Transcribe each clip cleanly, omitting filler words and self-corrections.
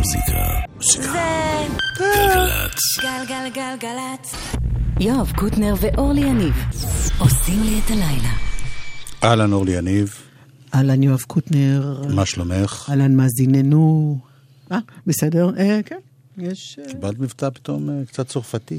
מוזיקה. גלגלצ. גלגלגלגלצ. יואב קוטנר ואורלי יניב עושים לי את הלילה. אהלן אורלי יניב. אהלן יואב קוטנר. מה שלומך? אהלן מאזיננו. בסדר? כן. יש... קיבלת מבטא פתאום קצת צרפתי.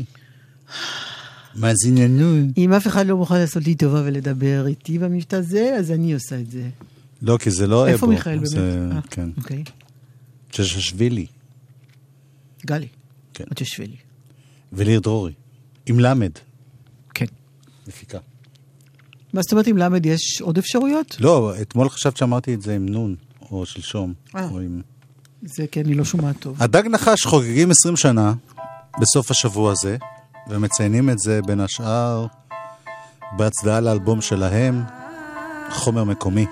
מאזיננו. אם אף אחד לא מוכן לעשות לי טובה ולדבר איתי במבטא זה, אז אני עושה את זה. לא, כי זה לא... איפה מיכאל באמת? כן. אוקיי. צ'ששווילי. גלי. כן. צ'ששווילי. וליר דרורי. עם למד. כן. מפיקה. מה זאת אומרת עם למד יש עוד אפשרויות? לא, אתמול חשבת שאמרתי את זה עם נון, או שלשום. או עם... זה כן, אני לא שומעת טוב. הדג נחש חוגגים 20 שנה בסוף השבוע הזה, ומציינים את זה בין השאר בהצדעה לאלבום שלהם, חומר מקומי.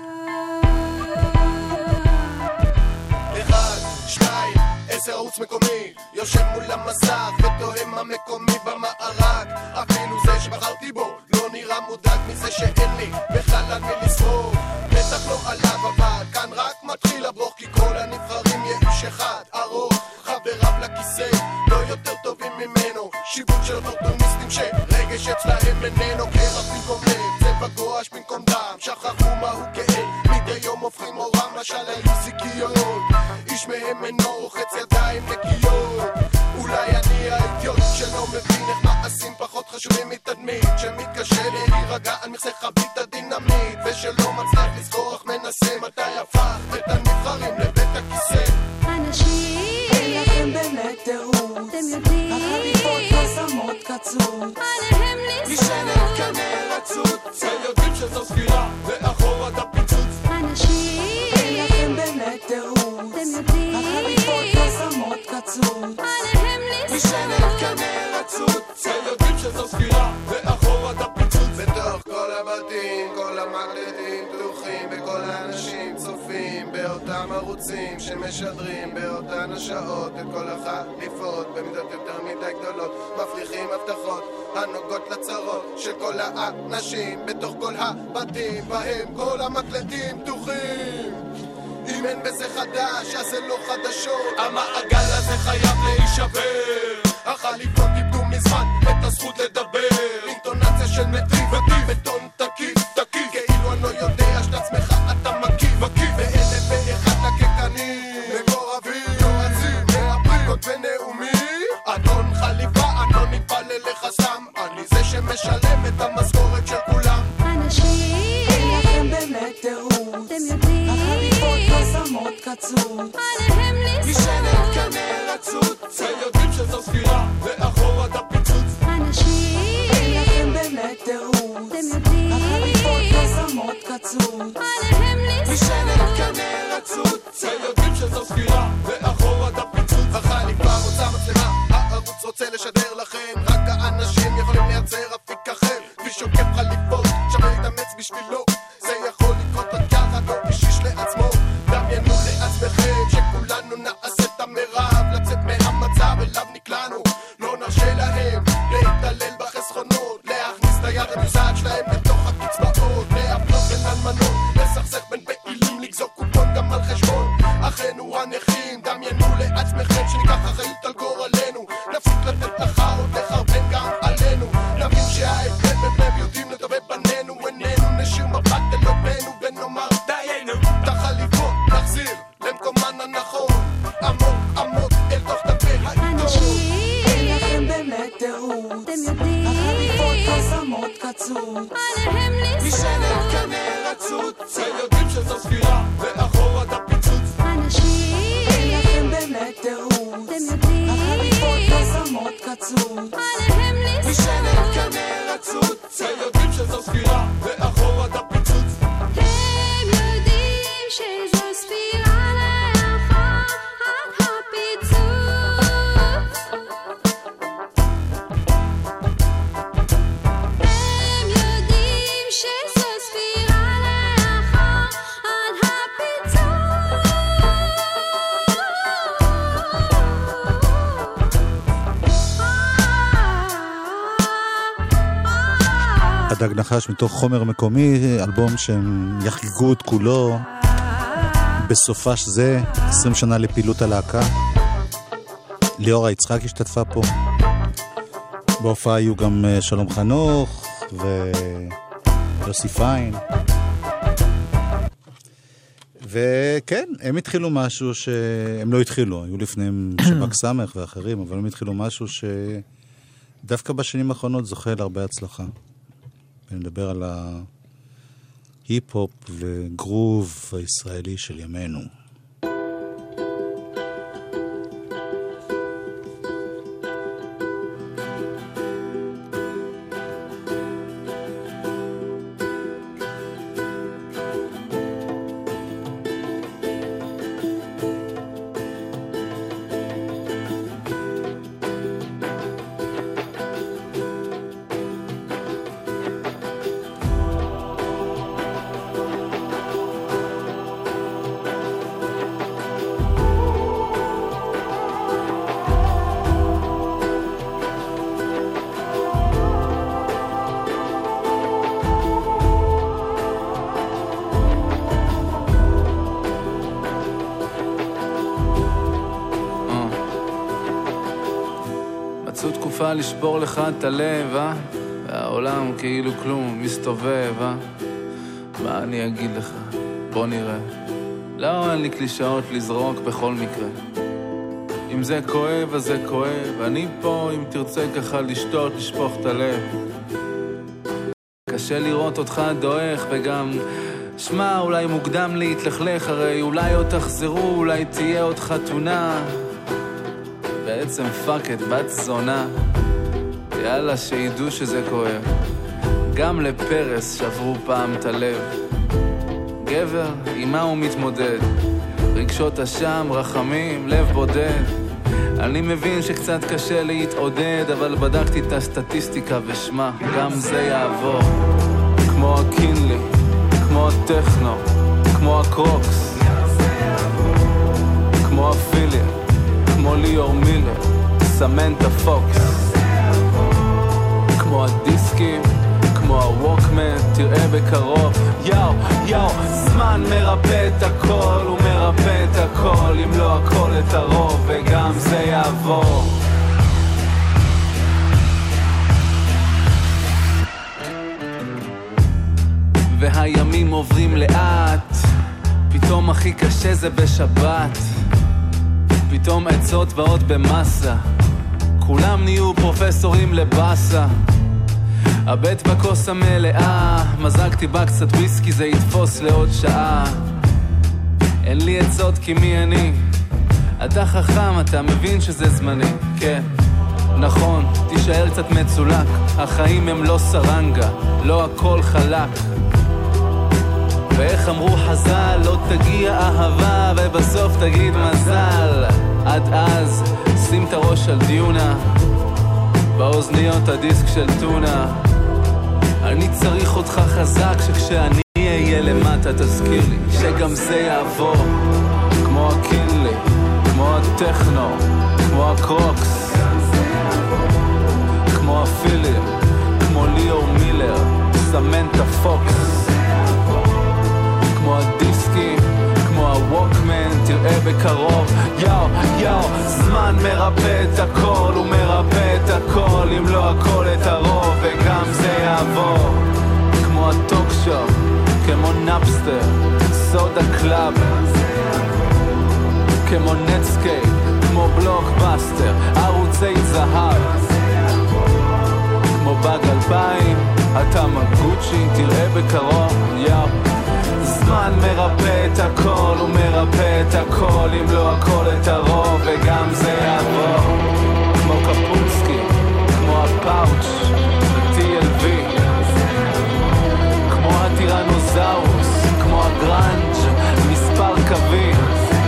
1, 2, 10 ערוץ מקומי, יושב מול המסך ותוהם המקומי במערק. אפילו זה שבחרתי בו לא נראה מודאג מזה שאין לי בכלל על מי לסמוך. בטח לא עליו, אבל כאן רק מתחיל הברוך, כי כל הנבחרים יש אחד ארוך, חבריו לכיסא לא יותר טובים ממנו, שיווק של אופורטוניסטים שרגש אצלהם איננו. קרח במקום לב, צבע גואש במקום דם, שכחו מהו כאב, מדי יום הופכים אורם משל היו זיכיון. איש מהם אינו רוחץ ידיים נקיות, אולי אני האידיוט שלא מבין איך מעשים פחות חשובים מתדמית, שמתקשה להירגע על מכסה חבית הדינמית, ושלא מצליח לזכור אך מנסה מתי הפך את הנבחרים לבית הכיסא. אנשים אין לכם באמת תירוץ, אתם יודעים החליפות פרסמות קצות, עליהם משנת כנראה רצות, הם יודעים שזו ספירה ואחורה את הפיצוץ. אנשים אין לכם באמת תירוץ, אתם יודעים החליפות פרסמות קצות, עליהם משנת כנראה רצות, הם יודעים שזו ספירה ואחורה את הפיצוץ. בתוך כל הבתים, כל המקלטים פתוחים, וכל האנשים צופים באותם ערוצים שמשדרים באותן השעות את כל החליפות במידות יותר מדי גדולות, מפריחים הבטחות הנוגעות לצרות של כל האנשים בתוך כל הבתים בהם כל המקלטים פתוחים. אם אין בזה חדש אז זה לא חדשות, המעגל הזה חייב להישבר. החליפות איבדו מזמן את הזכות לדבר, אינטונציה של מטריב בטון תקיף תקיף, כאילו אני לא יודע שאת עצמך אתה מקיף ואלה באחד לקקנים מקורבים יועצים מאפרים כותבי נאומי. אדון חליפה אדון נתפלל לחסם, אני זה שמשלם את המשכורת של כולם. אנשים אין לכם באמת תירוץ, אתם יודעים החליפות פרסמות קצות, עליהם משנת כנראה רצות, הם יודעים שזו ספירה ואחורה את הפיצוץ. אנשים אין לכם באמת תירוץ, אתם יודעים החליפות פרסמות קצות, עליהם משנת כנראה רצות, הם יודעים שזו ספירה ואחורה את הפיצוץ. החליפה רוצה מצלמה, הערוץ רוצה לשדר לכם, רק האנשים יכולים לייצר אפיק אחר, כפי שוקף חליפות שווה להתאמץ בשבילו, זה יכול לקרות רק ככה כל אישיש לעצמו. דמיינו לעצמכם שכולנו נעשה את המרב לצאת מהמצב אליו נקלענו, לא נרשה להם להתעלל בחסכונות, להכניס את היד המוזד שלהם לתוך הקצבאות, להפלות בין אלמנות, לסכסך בין פעילים, לגזור קופון גם על חשבון אחינו הנכים. דמיינו לעצמכם שניקח אחריות על גורלנו, נפסיק לתת לחרות לחרבן גם עלינו, נבין שההבדל ביניהם יודעים לדבר בנינו, איננו נשאיר מבט אל לבנו ונאמר דיינו. את החליפות נחזיר למקומן הנכון, עמוק עמוק אל תוך דפי העיתון. אין לכם באמת תירוץ, אתם יודעים החליפות פרסמות קצות, עליהם משנת כנראה רצות, הם יודעים שזו ספירה ואחורה את הפיצוץ. אנשים אין לכם באמת תירוץ, אתם יודעים החליפות פרסמות קצות, עליהם משנת כנראה רצות, הם יודעים שזו ספירה ואחורה את הפיצוץ. הם יודעים שזו ספירה לאחר הפיצוץ. הם יודעים שזו ספירה לאחר הפיצוץ. הדג נחש מתוך חומר מקומי, אלבום שהם יחגגו את כולו בסופה שזה 20 שנה לפעילות הלהקה. ליאורה יצחק השתתפה פה. בהופעה היו גם שלום חנוך ויוסי פיין. וכן, הם התחילו משהו שהם לא התחילו, היו לפניהם שבק סמך ואחרים, אבל הם התחילו משהו שדווקא בשנים האחרונות זוכה להרבה הצלחה. ונדבר על ההיפ-הופ וגרוב הישראלי של ימינו. לשבור לך את הלב, והעולם כאילו כלום מסתובב, מה אני אגיד לך? בוא נראה. לא, אין לי קלישאות לזרוק בכל מקרה. אם זה כואב, אז זה כואב. אני פה, אם תרצה ככה לשתות, לשפוך את הלב. קשה לראות אותך דועך, וגם שמע, אולי מוקדם להתלכלך, הרי אולי עוד תחזרו, אולי תהיה עוד חתונה. בעצם פאקת, בת זונה. יאללה, שידעו שזה כואב. גם לפרס שברו פעם את הלב. גבר, עם מה הוא מתמודד? רגשות אשם, רחמים, לב בודד. אני מבין שקצת קשה להתעודד, אבל בדקתי את הסטטיסטיקה ושמה, גם זה יעבור. כמו הקינלי, כמו הטכנו, כמו הקרוקס, כמו הפיליה, כמו ליאור מילר, סמנטה פוקס, כמו הדיסקים, כמו הווקמן, תראה בקרוב. יאו, יאו, זמן מרפא את הכל, הוא מרפא את הכל, אם לא הכל את הרוב, וגם זה יעבור. והימים עוברים לאט, פתאום הכי קשה זה בשבת, פתאום עצות ועוד במסה, כולם נהיו פרופסורים לבאסה. הבט בכוס המלאה, מזגתי בה קצת ויסקי, זה יתפוס לעוד שעה. אין לי עצות כי מי אני? אתה חכם, אתה מבין שזה זמני. כן, נכון, תישאר קצת מצולק, החיים הם לא סרנגה, לא הכל חלק. ואיך אמרו חז"ל, לא תגיע אהבה ובסוף תגיד מזל. עד אז שים את הראש על דיונה, באוזניות הדיסק של טונה. אני צריך אותך חזק, שכשאני אהיה למטה תזכיר לי שגם זה יעבור. כמו הקינלי, כמו הטכנו, כמו הקרוקס, כמו הפיליה, כמו ליאור מילר, סמנטה פוקס, כמו הדיסקים, כמו הווקמן, תראה בקרוב. יאו, יאו, זמן מרפא את הכל, הוא מרפא את הכל, אם לא הכל את הרוב, וגם זה יעבור. כמו הטוק שופ, כמו נאפסטר, סודה קלאב, כמו נטסקייפ, כמו בלוקבאסטר, ערוצי זהב, כמו באג 2000, אתה מגוצ'י, תראה בקרוב. יאו, זמן מרפא את הכל, הוא מרפא את הכל, אם לא הכל את הרוב, וגם זה יעבור. כמו קפוצקי, כמו הפאוץ' ב-TLV, כמו הטירנוזאוס, כמו הגרנג' מספר קווים,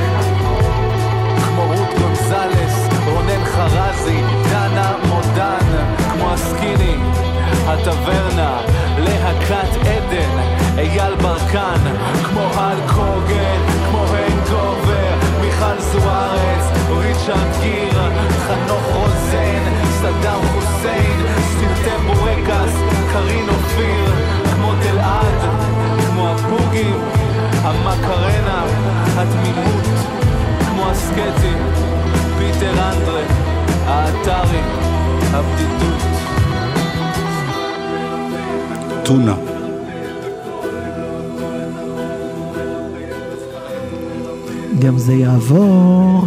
כמו רות גונזלס, רונן חרזי, דנה מודן, כמו הסקיני, הטברנה, להקת עדן, אייל ברקן, כמו הל קוגן, כמו הנגובר, מיכל זוארץ, ריצ'רד גיר, חנוך רוזן, סדאם חוסיין, סרטי בורקס, קרין אופיר, כמו תלעד, כמו הבוגים, המקרנה, התמימות, כמו הסקטים, פיץ' דוקטר אנדרה, האתרי, הבדידות. טונה. גם זה יעבור.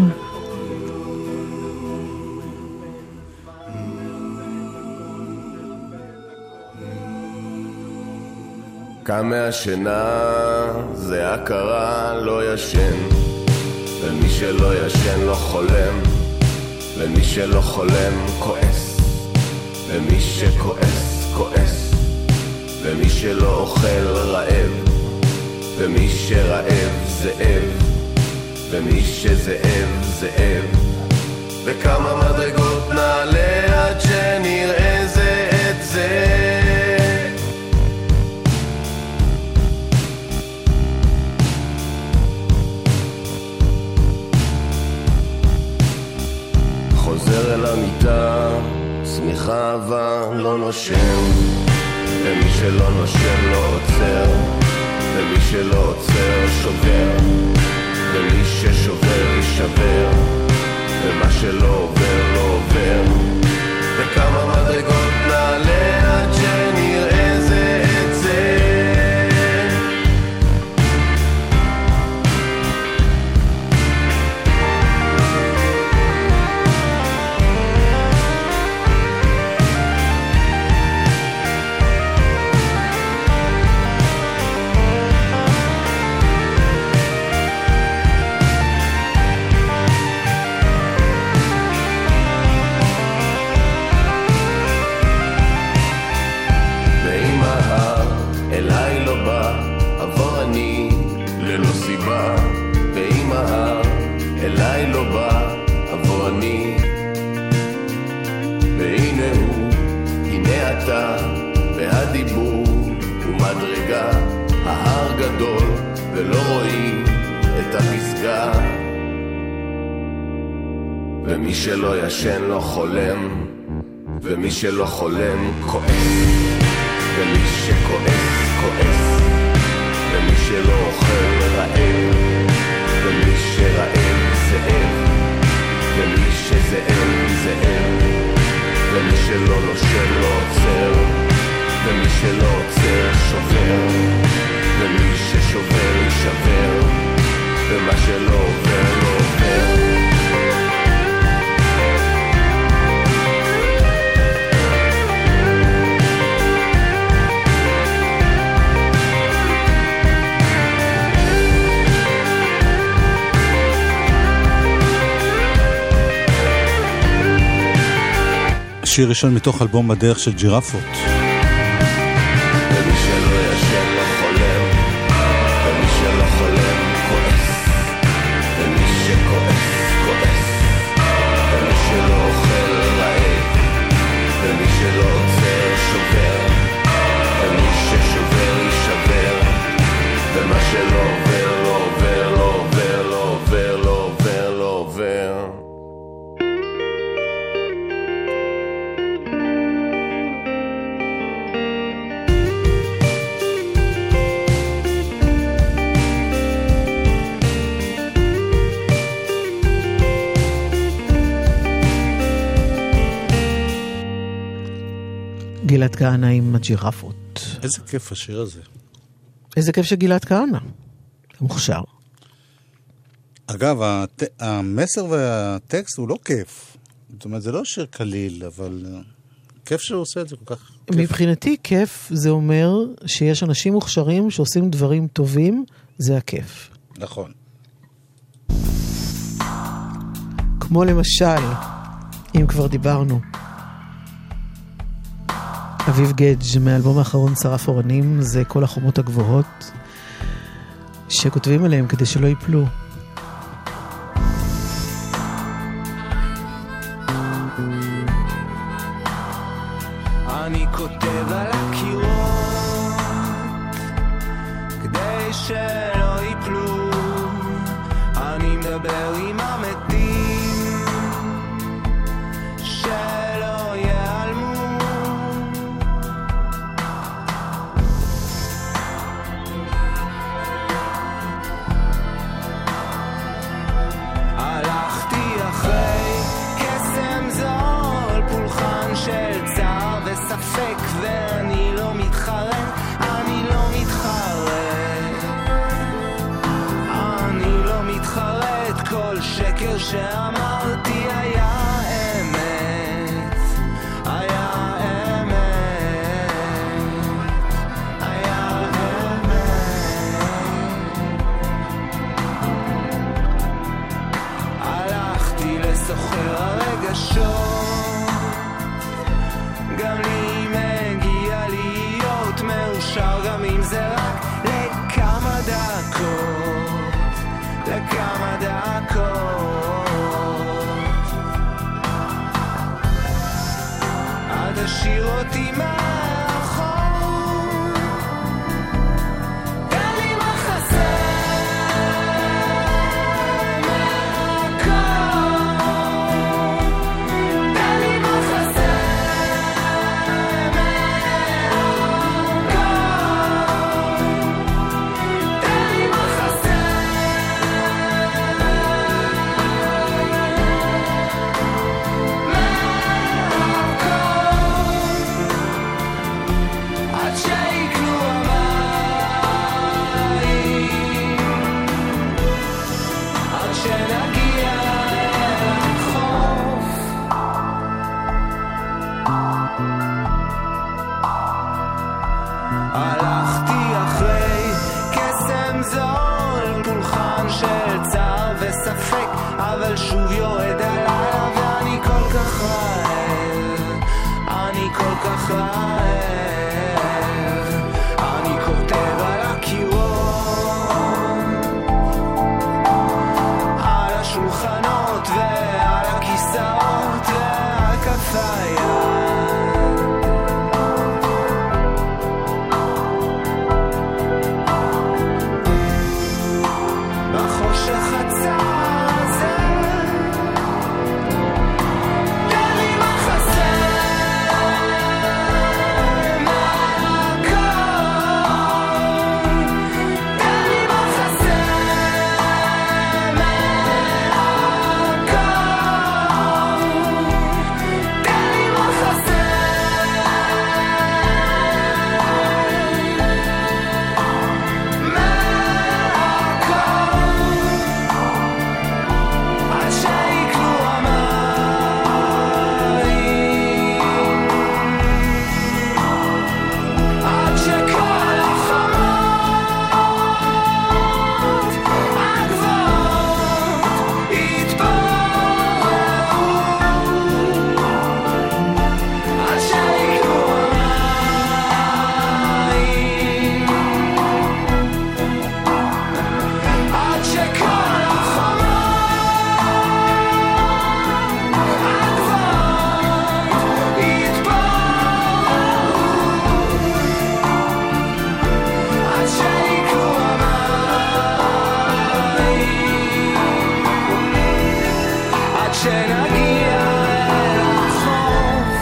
קם מהשינה, זה הכרה, לא ישן. ומי שלא ישן לא חולם, ומי שלא חולם כועס, ומי שכועס כועס, ומי שלא אוכל רעב, ומי שרעב זאב, ומי שזאב זאב. וכמה מדרגות נעלה עד שנראה זה את זה. חוזר אל המיטה, צמיחה אהבה, לא נושם. ומי שלא נושם לא עוצר, ומי שלא עוצר שובר, ומי ששובר יישבר, ומה שלא עובר לא עובר. וכמה מדרגות נעלה עד שנראה זה את זה. והדיבור ומדרגה, ההר גדול ולא רואים את הפסגה. ומי שלא ישן לא חולם, ומי שלא חולם כועס, ומי שכועס כועס, ומי שלא אוכל רעב, ומי שרעב זאב, ומי שזאב זאב, ומי שלא נושם לא עוצר, ומי שלא עוצר שובר, ומי ששובר יישבר, ומה שלא עובר לא עובר. שיר ראשון מתוך אלבום הדרך של ג'ירפות. ומי שלא ישן לא חולם, ומי שלא חולם כועס, ומי שכועס כועס, ומי שלא אוכל רעב, ומי שלא עוצר שובר, ומי ששובר יישבר, ומה שלא עובר לא עובר לא עובר לא עובר לא עובר לא עובר. גלעד כהנא עם הג'ירפות. איזה כיף השיר הזה. איזה כיף שגלעד כהנא. מוכשר. אגב, המסר והטקסט הוא לא כיף. זאת אומרת, זה לא שיר קליל, אבל כיף שהוא עושה את זה כל כך כיף. מבחינתי כיף זה אומר שיש אנשים מוכשרים שעושים דברים טובים, זה הכיף. נכון. כמו למשל, אם כבר דיברנו, אביב גדג' מהאלבום האחרון שרף אורנים, זה כל החומות הגבוהות שכותבים עליהם כדי שלא ייפלו. אני כותב על הקירות כדי שלא ייפלו, אני מדבר עם המתים שלא ייעלמו. הלכתי אחרי כל שקר שאמרתי היה אמת, היה אמת, היה אמת. הלכתי לסוחר הרגשות, גם לי מגיע להיות מאושר, גם אם זה רק לכמה דקות, לכמה דקות. אל תשאיר אותי מאחור, תן לי מחסה מהכל, תן לי מחסה מהכל, תן לי מחסה עד שיקלו המים, עד שנגיע לחוף. הלכתי אחרי קסם זול, פולחן של צער וספק, אבל שוב יורד הלילה ואני כל כך רעב, אני כל כך רעב. אני כותב על הקירות, על השולחנות ועל הכיסאות ועל כף היד, בחושך הצר הזה, תן לי מחסה מהכל, תן לי מחסה מהכל, תן לי מחסה מהכל, עד שיקלו המים, עד שכל החומות הגבוהות יתפוררו, עד שיקלו המים, עד שכל החומות הגבוהות יתפוררו, עד שיקלו המים, עד שנגיע לחוף.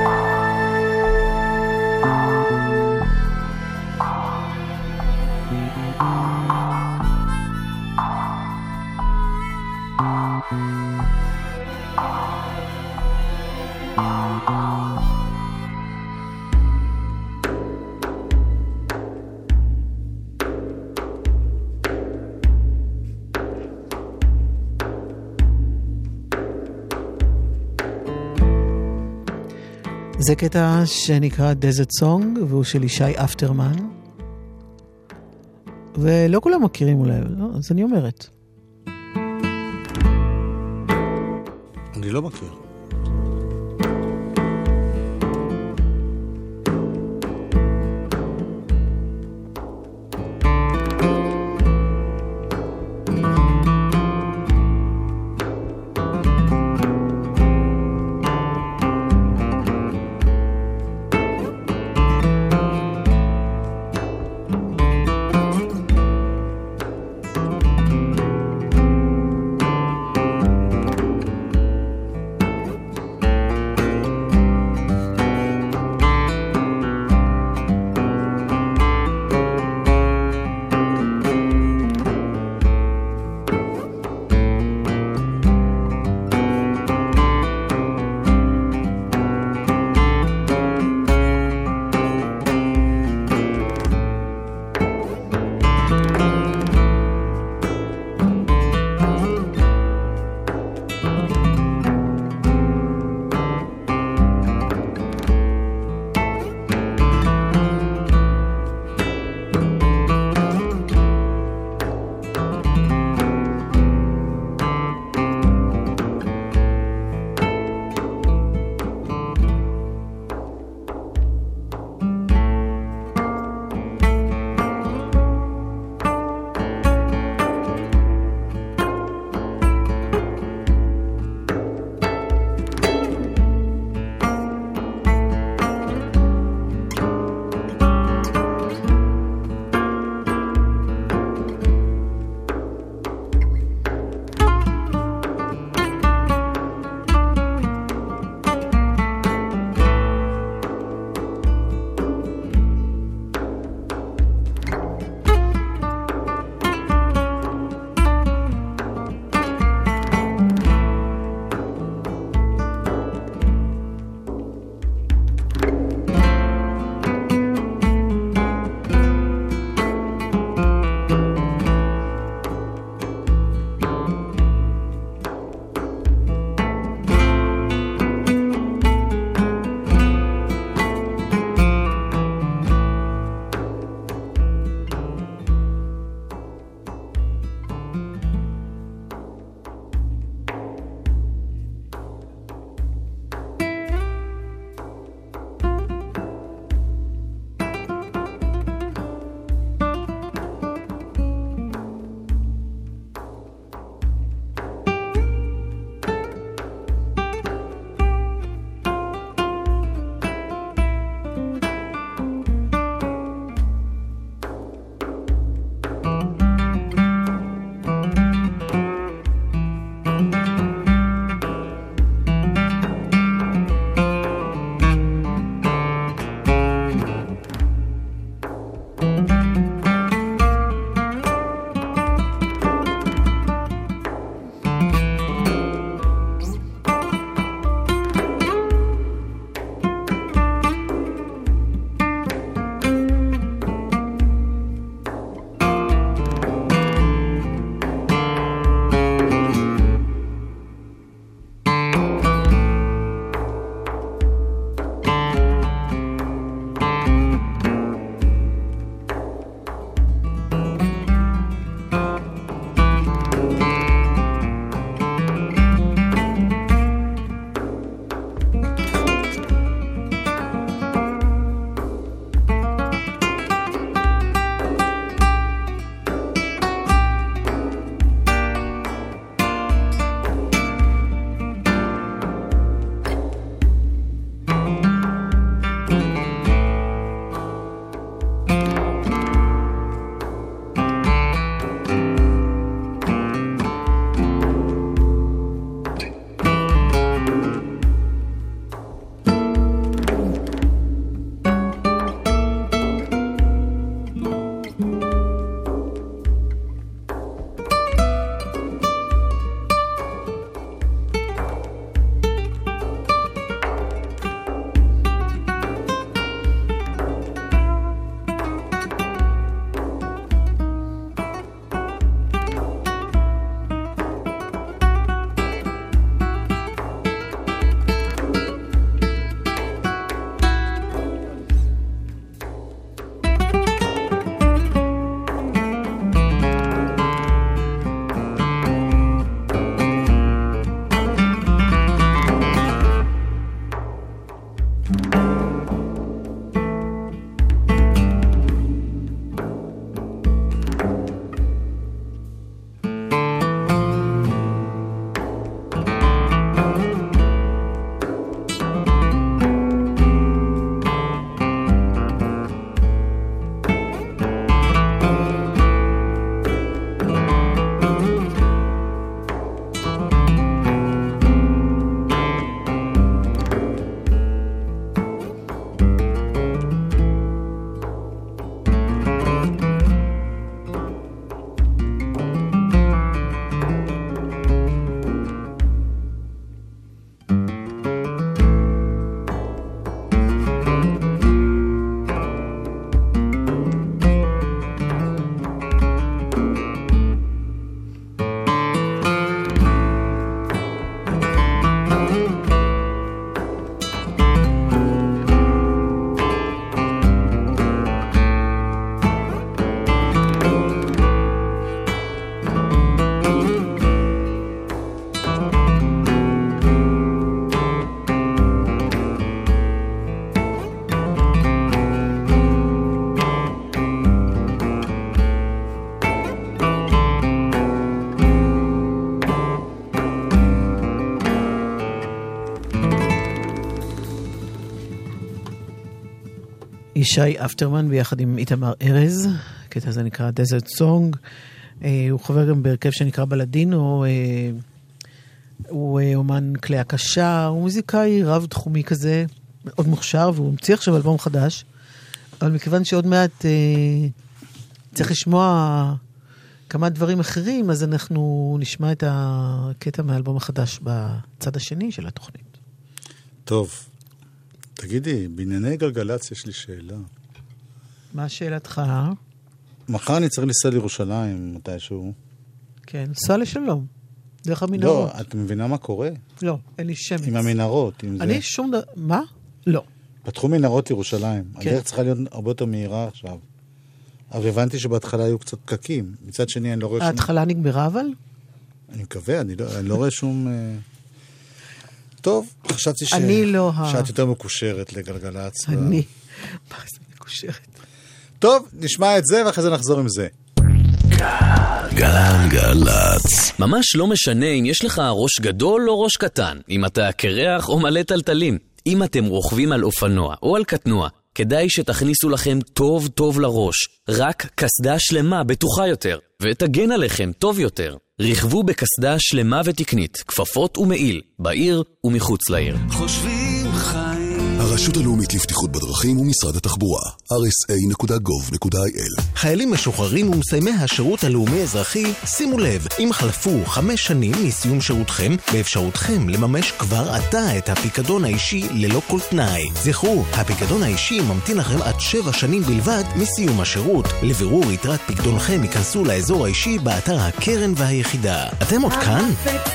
זה קטע שנקרא Desert Song, והוא של ישי אפטרמן. ולא כולם מכירים אולי, לא? אז אני אומרת. אני לא מכיר. ישי אפטרמן ביחד עם איתמר ארז, קטע הזה נקרא Desert Song, הוא חבר גם בהרכב שנקרא בלדינו, הוא אומן כלי הקשה, הוא מוזיקאי רב תחומי כזה, מאוד מוכשר, והוא המציא עכשיו אלבום חדש, אבל מכיוון שעוד מעט צריך לשמוע כמה דברים אחרים, אז אנחנו נשמע את הקטע מהאלבום החדש בצד השני של התוכנית. טוב, תגידי, בענייני גלגלצ יש לי שאלה. מה שאלתך? מחר אני צריך לנסוע לירושלים מתישהו. כן, סע לשלום. דרך המנהרות. לא, את מבינה מה קורה? לא, אין לי שמץ. עם המנהרות, עם זה. אני שום דבר... מה? לא. פתחו מנהרות ירושלים. כן. הדרך צריכה להיות הרבה יותר מהירה עכשיו. אבל הבנתי שבהתחלה היו קצת פקקים. מצד שני, אני לא רואה שום... ההתחלה נגמרה אבל? אני מקווה, אני לא רואה שום... טוב, חשבתי שאת יותר מקושרת לגלגלצ. אני? מה זה מקושרת? טוב, נשמע את זה ואחרי זה נחזור עם זה. גלגלצ. ממש לא משנה אם יש לך ראש גדול או ראש קטן, אם אתה קרח או מלא טלטלים. אם אתם רוכבים על אופנוע או על קטנוע, כדאי שתכניסו לכם טוב טוב לראש. רק קסדה שלמה בטוחה יותר, ותגן עליכם טוב יותר. רכבו בקסדה שלמה ותקנית, כפפות ומעיל, בעיר ומחוץ לעיר. חושבים חיים. הרשות הלאומית לבטיחות בדרכים ומשרד התחבורה, rsa.gov.il. חיילים משוחררים ומסיימי השירות הלאומי-אזרחי, שימו לב, אם חלפו 5 שנים מסיום שירותכם, באפשרותכם לממש כבר עתה את הפיקדון האישי ללא כל תנאי. זכרו, הפיקדון האישי ממתין לכם עד 7 שנים בלבד מסיום השירות. לבירור יתרת פיקדונכם ייכנסו לאזור האישי באתר הקרן והיחידה. אתם עוד כאן?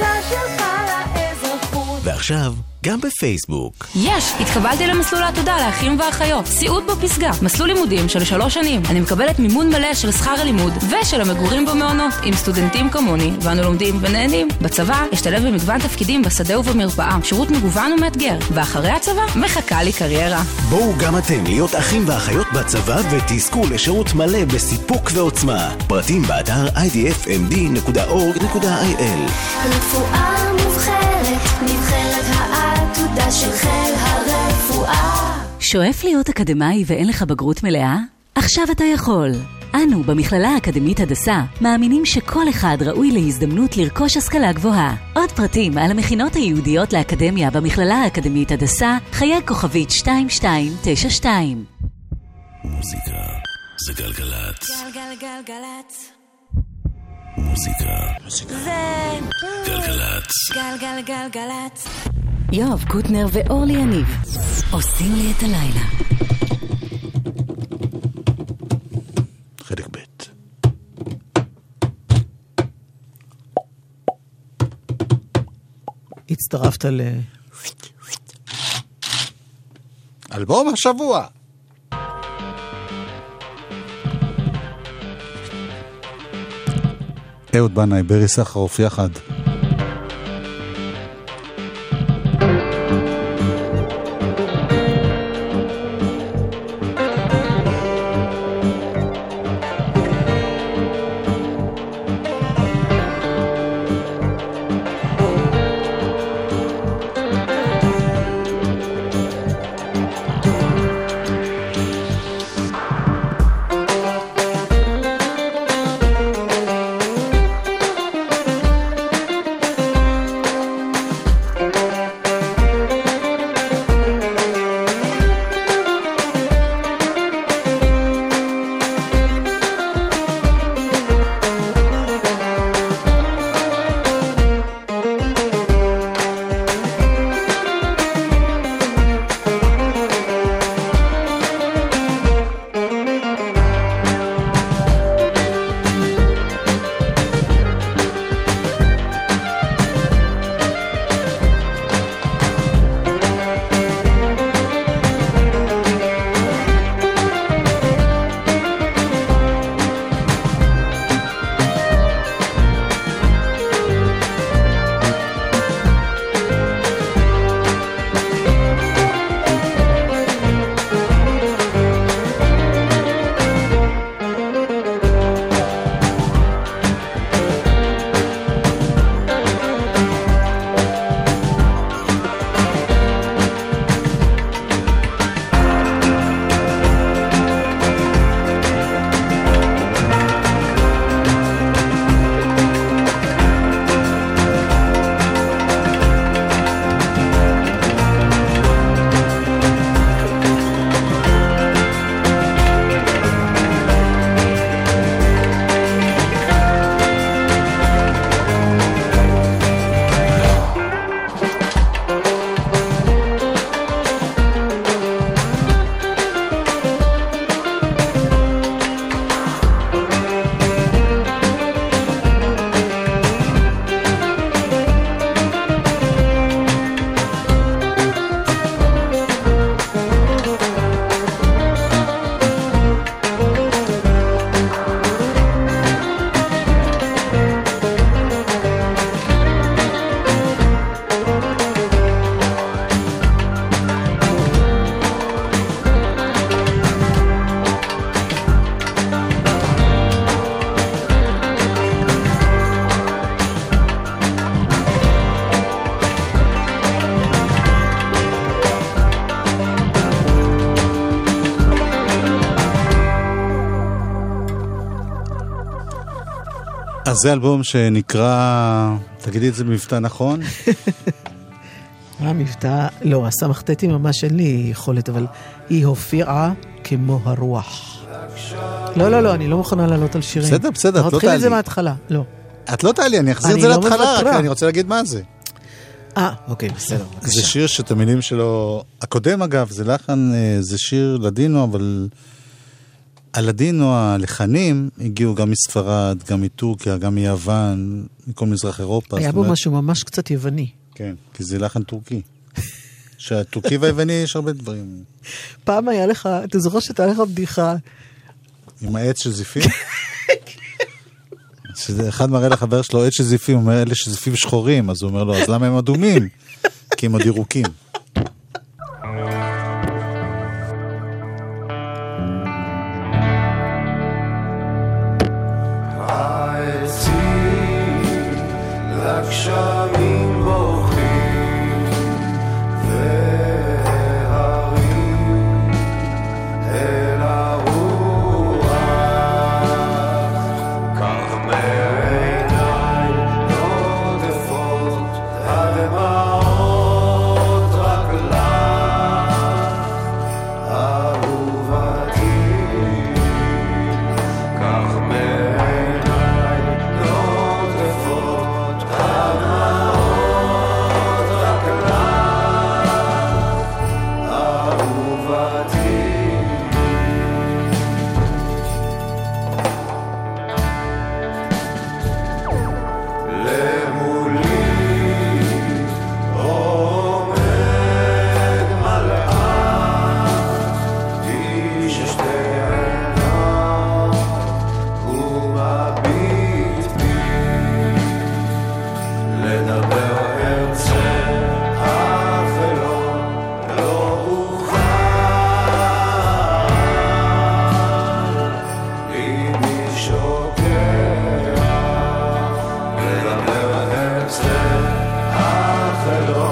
ועכשיו, גם בפייסבוק. יש! התקבלתי למסלול העתודה לאחים ואחיות. סיעוד בפסגה. מסלול לימודים של 3 שנים. אני מקבלת מימון מלא של שכר הלימוד ושל המגורים במעונות עם סטודנטים כמוני, ואנו לומדים ונהנים. בצבא אשתלב במגוון תפקידים בשדה ובמרפאה. שירות מגוון ומאתגר. ואחרי הצבא מחכה לי קריירה. בואו גם אתם להיות אחים ואחיות בצבא ותזכו לשירות מלא בסיפוק ועוצמה. פרטים באתר idfmd.org.il. רפואה מובחרת, נבחרת העתודה של חיל הרפואה. שואף להיות אקדמאי ואין לך בגרות מלאה? עכשיו אתה יכול. אנו במכללה האקדמית הדסה מאמינים שכל אחד ראוי להזדמנות לרכוש השכלה גבוהה. עוד פרטים על המכינות היהודיות לאקדמיה במכללה האקדמית הדסה, חיי כוכבית 2292. מוזיקה זה גלגלצ. גלגלגלגלצ. מוזיקה זה גלגלצ. גלגלגלגלצ. יואב קוטנר ואורלי יניב עושים לי את הלילה. חלק ב'. הצטרפת אלבום השבוע. אהוד בנאי, ברי סחרוף יחד. אז זה אלבום שנקרא, תגידי את זה במבטא נכון? המבטא, לא, הסמכתתי ממש אין לי יכולת, אבל היא הופיעה כמו הרוח. לא, אני לא מוכנה לעלות על שירים. בסדר, את לא תעלי. נתחיל את זה מההתחלה, לא. את לא תעלי, אני אחזיר את זה להתחלה, רק אני רוצה להגיד מה זה. אוקיי, בסדר. זה שיר שאת המילים שלו, הקודם אגב, זה לחן, זה שיר לדינו, אבל הלדינו, הלחנים, הגיעו גם מספרד, גם מטורקיה, גם מיוון, מכל מזרח אירופה. היה בו משהו ממש קצת יווני. כן, כי זה לחן טורקי. שהטורקי והיווני יש הרבה דברים. פעם היה לך, אתה זוכר שאתה לך בדיחה? עם העץ של זיפים? אחד מראה לחבר שלו עץ של זיפים, הוא אומר, אלה שזיפים שחורים, אז הוא אומר לו, אז למה הם אדומים? כי הם עוד ירוקים. לגשמים בורחים והרים אל הרוח כך מעיניי נודפות הדמעות רק לך אהובתי כך מעיניי נודפות הדמעות רק לך אהובתי למולי עומד מלאך איש שתי עיניו ומביט בי לדבר ארצה אף לא אוכל ליבי שוקע לדבר ארצה אף לא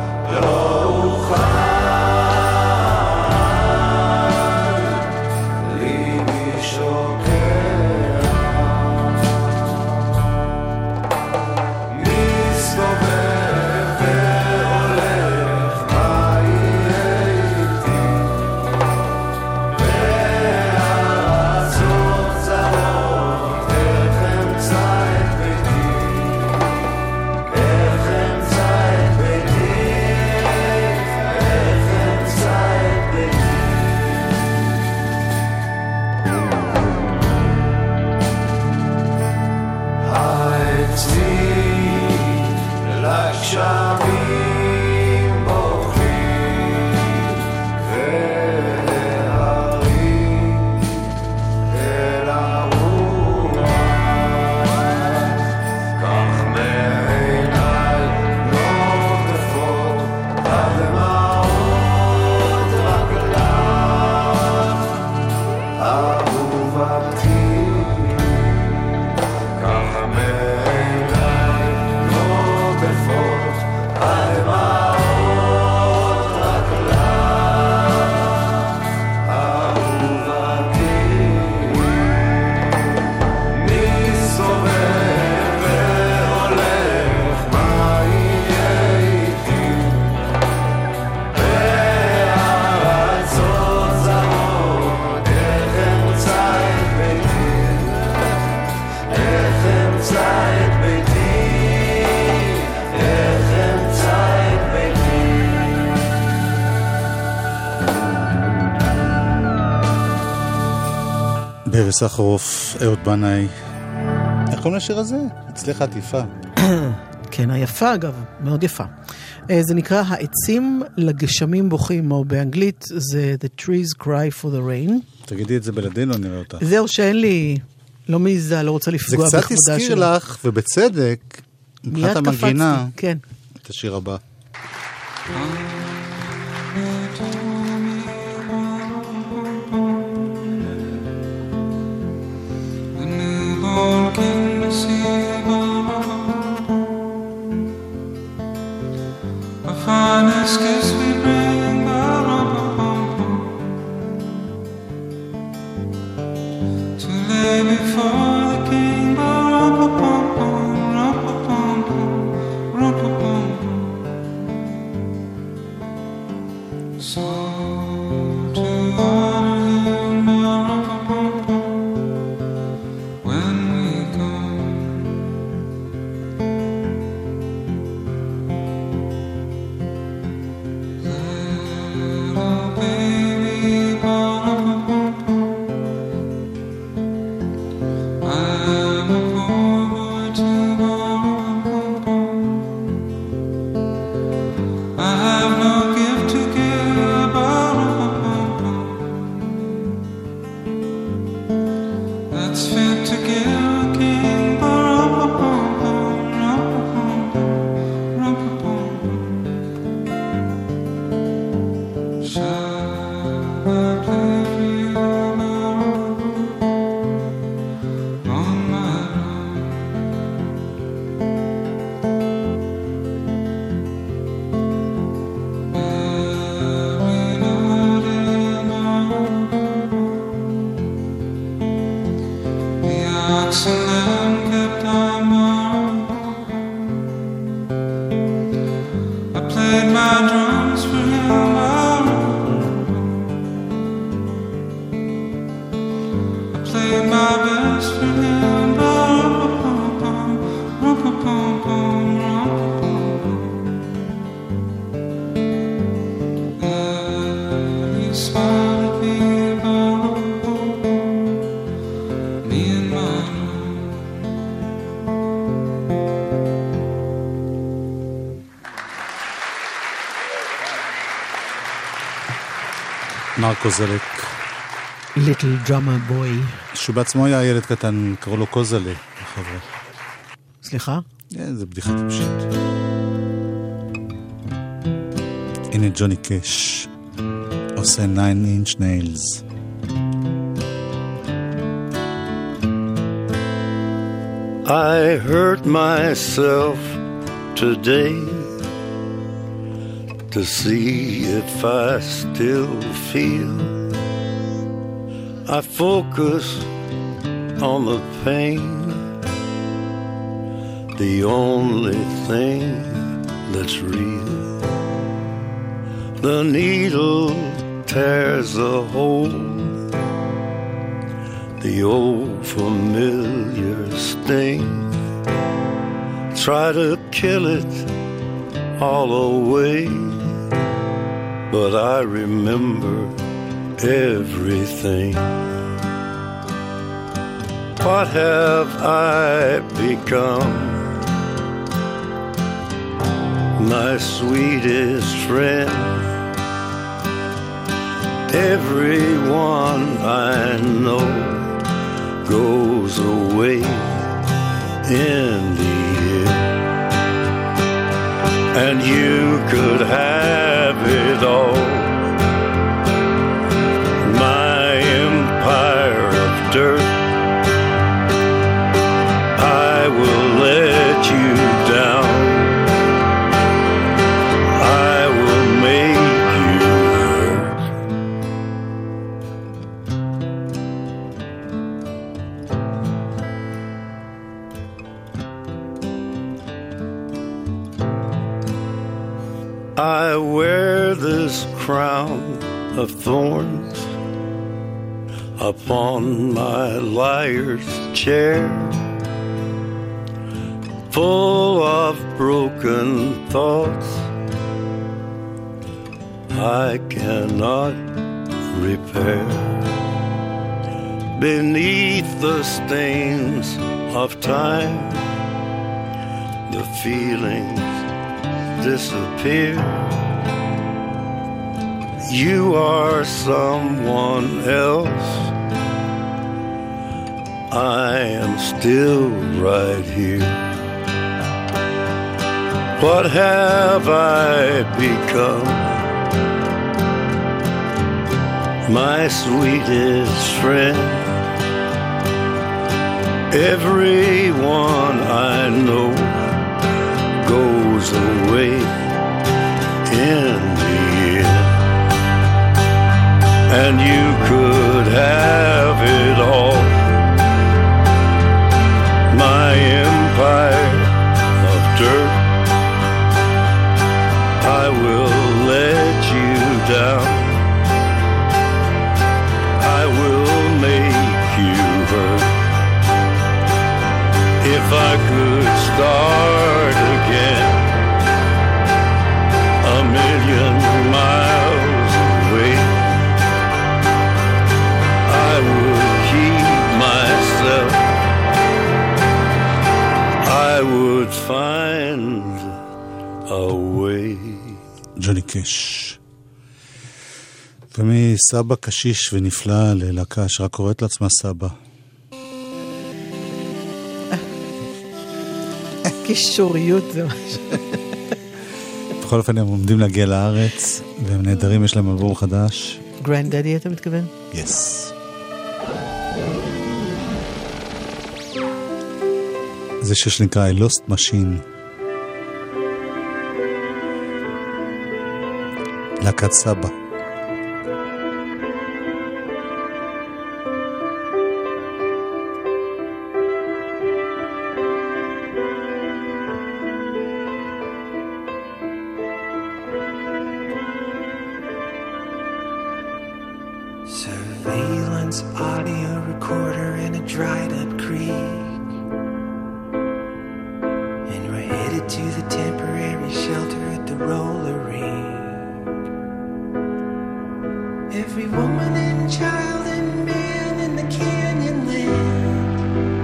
אוכל ליבי שוקע מסתובב והולך מה יהיה איתי בארצות זרות איך אמצא את ביתי איך אמצא את ביתי איך אמצא את ביתי העצים לגשמים בורחים והרים אל הרוח כך מעיניי נודפות הדמעות רק לך אהובתי כך מעיניי נודפות הדמעות רק לך אהובתי מסתובב והולך מה יהיה איתי בארצות זרות איך אמצא את ביתי איך אמצא את ביתי איך אמצא את ביתי ברי סחרוף, אהוד בנאי. איך קוראים לשיר הזה? אצלך עטיפה. כן, היפה אגב, מאוד יפה. זה נקרא העצים לגשמים בוכים, או באנגלית זה The Trees Cry for the Rain. תגידי את זה בלדינו, נראה אותך. זהו שאין לי, לא מעיזה, לא רוצה זה לפגוע קצת בכבודה הזכיר שלו. לך, ובצדק, מבחינת מיד המנגינה, קפצתי, כן. את השיר הבא. Finest kiss we bring, to lay before the king, I have no gift to give, that's fit to give a king. קוזלק. ליטל דרמה בוי. שהוא בעצמו היה ילד קטן, קראו לו קוזלה, החבר'ה. סליחה? זה בדיחה טיפשית. הנה ג'וני קש עושה 9 Inch Nails. I hurt myself today to see if I still feel. I focus on the pain, the only thing that's real. The needle tears a hole, the old familiar sting. Try to kill it all away, but I remember everything. What have I become? My sweetest friend. Everyone I know goes away in the end, and you could have it all. My empire of dirt, I will let you down. I will make you hurt. I wear this crown of thorns upon my liar's chair, full of broken thoughts I cannot repair. Beneath the stains of time, the feelings disappear. You are someone else, I am still right here. What have I become? My sweetest friend. Everyone I know goes away in the end, and you could have it all. My empire of dirt, I will let you down. I will make you hurt. If I could start again, 1,000,000 miles away, I would keep myself. I would find a way. ג'וני קש. ומסבא קשיש ונפלא ללהקה שרק קוראת לעצמה סבא. קישוריות זה משהו. בכל אופן הם עומדים להגיע לארץ, והם נהדרים, יש להם אלבום חדש. גרנד דדי אתה מתכוון? Yes. זה שנקרא I Lost Machine. להקת סבא. Surveillance audio recorder in a dried up creek, and we're headed to the temporary shelter at the roller rink. Every woman and child and man in the canyon land,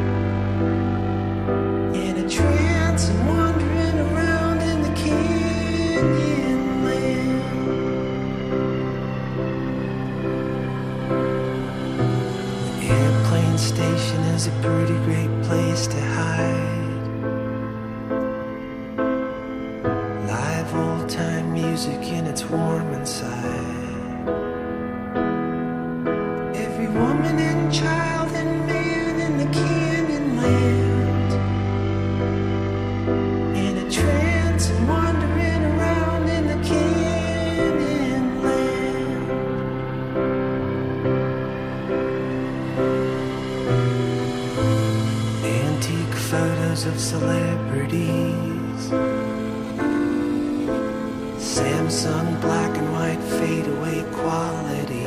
in a trance and wandering around in the canyon land. The airplane station is a pretty great place to hide. Live old time music and it's warm inside. Every woman and child and man in the canyon land, in a trance and wandering around in the canyon land. Antique photos of celebrities, Samsung black and white fade away quality.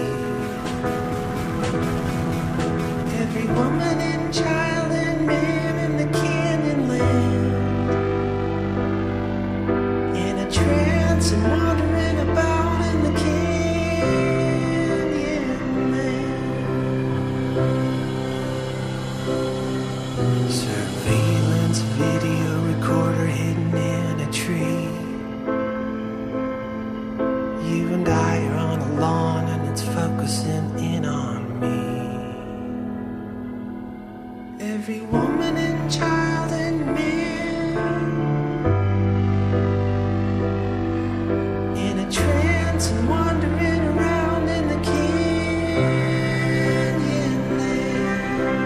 Every woman and child and man in the canyon land, in a trance and wandering about in the canyon land. Surveillance video recorder hidden in a tree. You and I are on a lawn and it's focusing in on me. Every woman and child and man, in a trance and wandering around in the canyon land.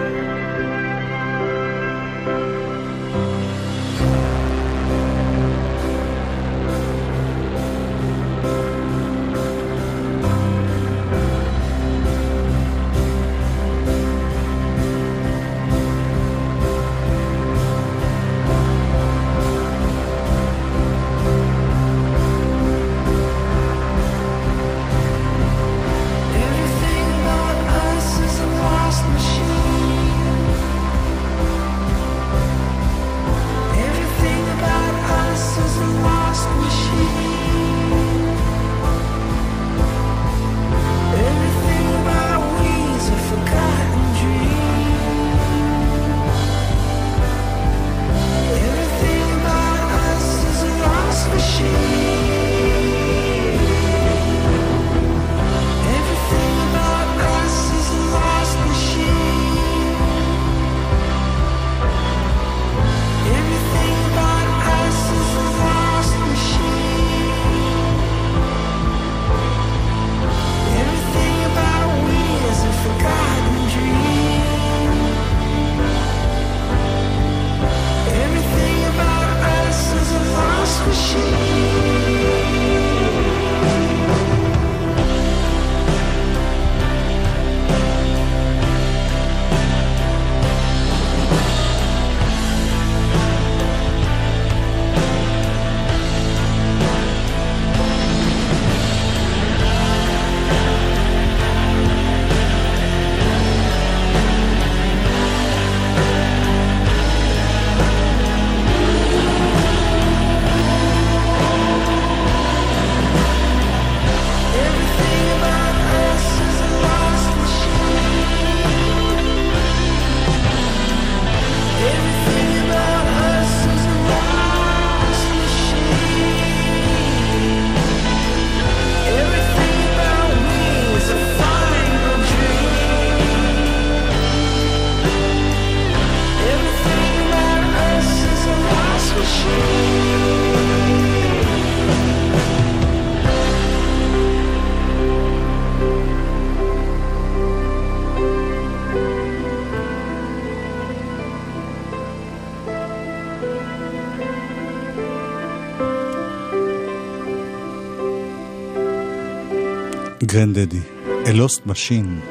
גרנדדי, A Lost Machine,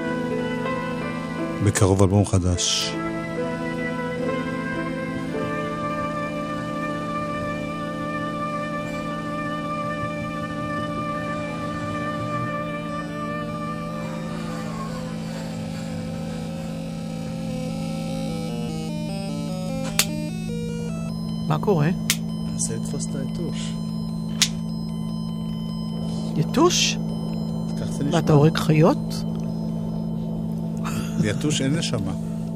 בקרוב אלבום חדש. מה קורה? ננסה לתפוס את היתוש. יתוש? כך זה נשמע. מה, אתה הורג חיות? ליתוש אין נשמה.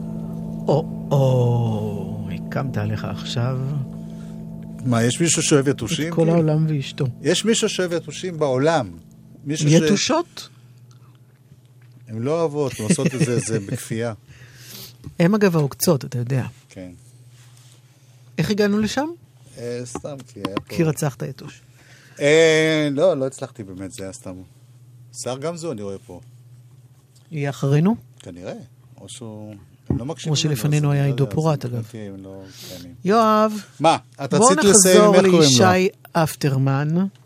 הקמת עליך עכשיו. מה, יש מישהו שאוהב יתושים? את כל העולם ואשתו. יש מישהו שאוהב יתושים בעולם. יתושות? הם לא אוהבות, הם עושות את זה בכפייה. הם אגב העוקצות, אתה יודע. כן. איך הגענו לשם? סתם, כי היה פה... כי רצחת יתוש. לא הצלחתי באמת, זה היה סתם. שר גם זו, אני רואה פה. יהיה אחרינו? כנראה. או שהוא... הם לא מקשיבים. כמו שלפנינו היה עידו פורט, אגב. יואב, מה? את בוא רצית לסיים, נחזור איך קוראים לו? לישי אפטרמן,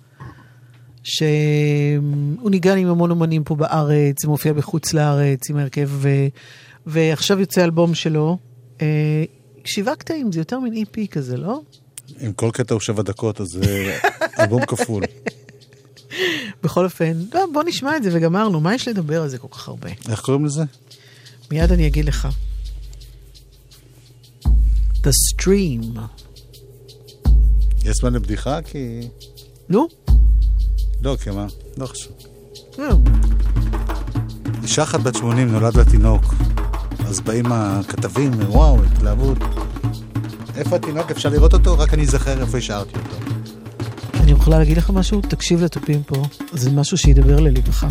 שהוא ניגן עם המון אומנים פה בארץ, הוא מופיע בחוץ לארץ עם הרכב, ועכשיו יוצא אלבום שלו. 7 קטעים, זה יותר מן EP כזה, לא? עם כל קטע הוא 7 דקות, אז זה אלבום כפול. בכל אופן, בוא נשמע את זה וגמרנו. מה יש לדבר על זה כל כך הרבה? איך קוראים לזה? מיד אני אגיד לך. The Stream. יש זמן לבדיחה? כי... לא? לא, כי מה? לא חשוב. אישה אחת בת 80 נולד לתינוק. אז באים הכתבים, וואו, התלהבות. איפה התינוק? אפשר לראות אותו? רק אני זכר איפה השארתי אותו. אני יכולה להגיד לך משהו? תקשיב לטופים פה. זה משהו שידבר לליבך.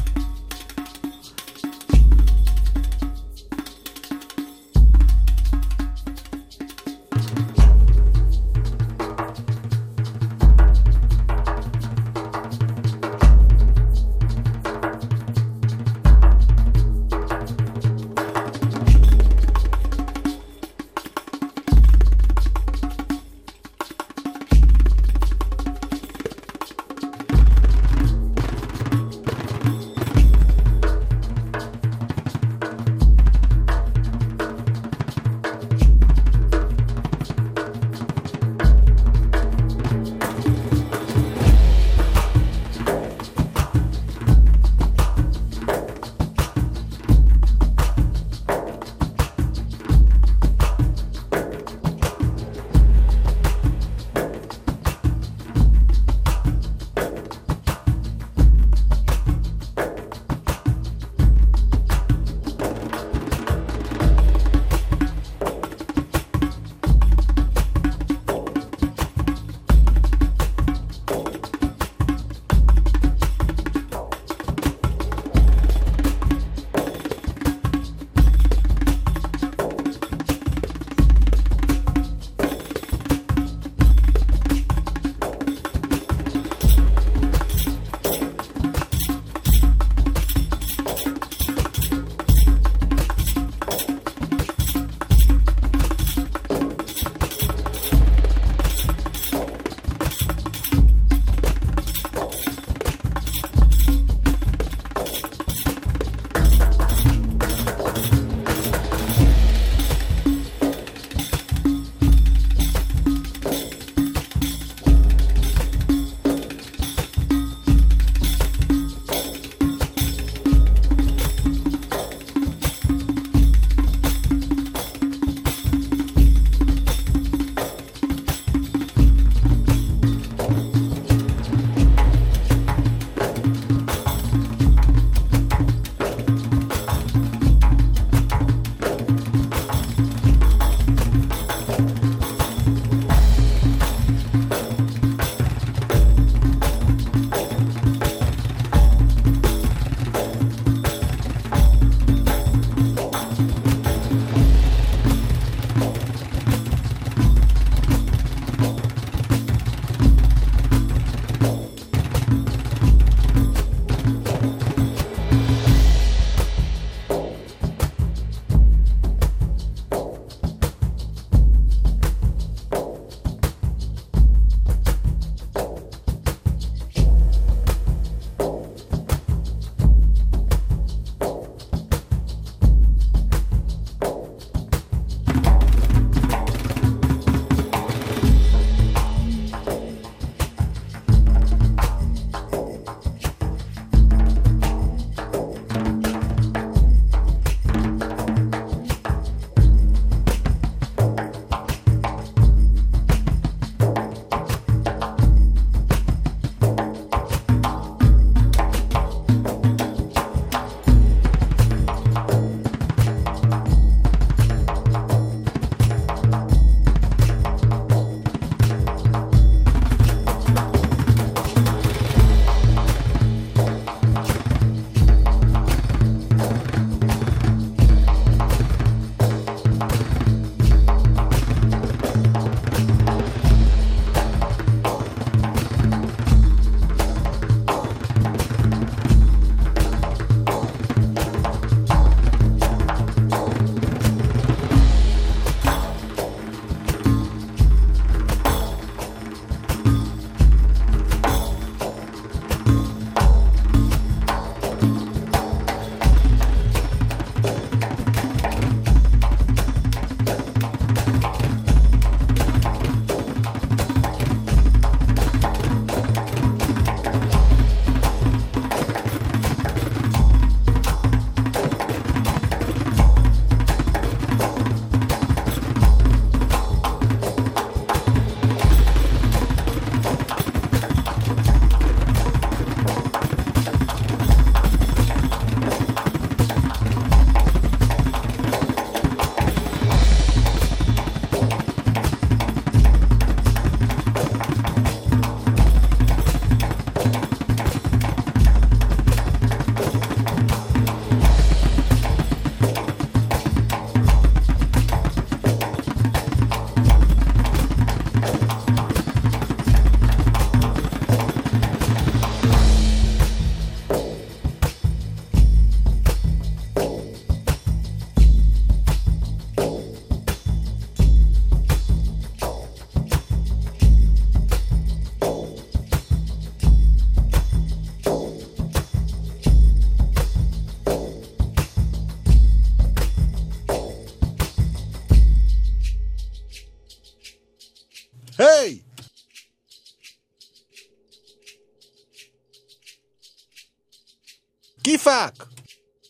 כיפק!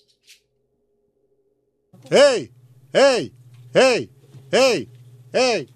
היי! היי! היי! היי! היי!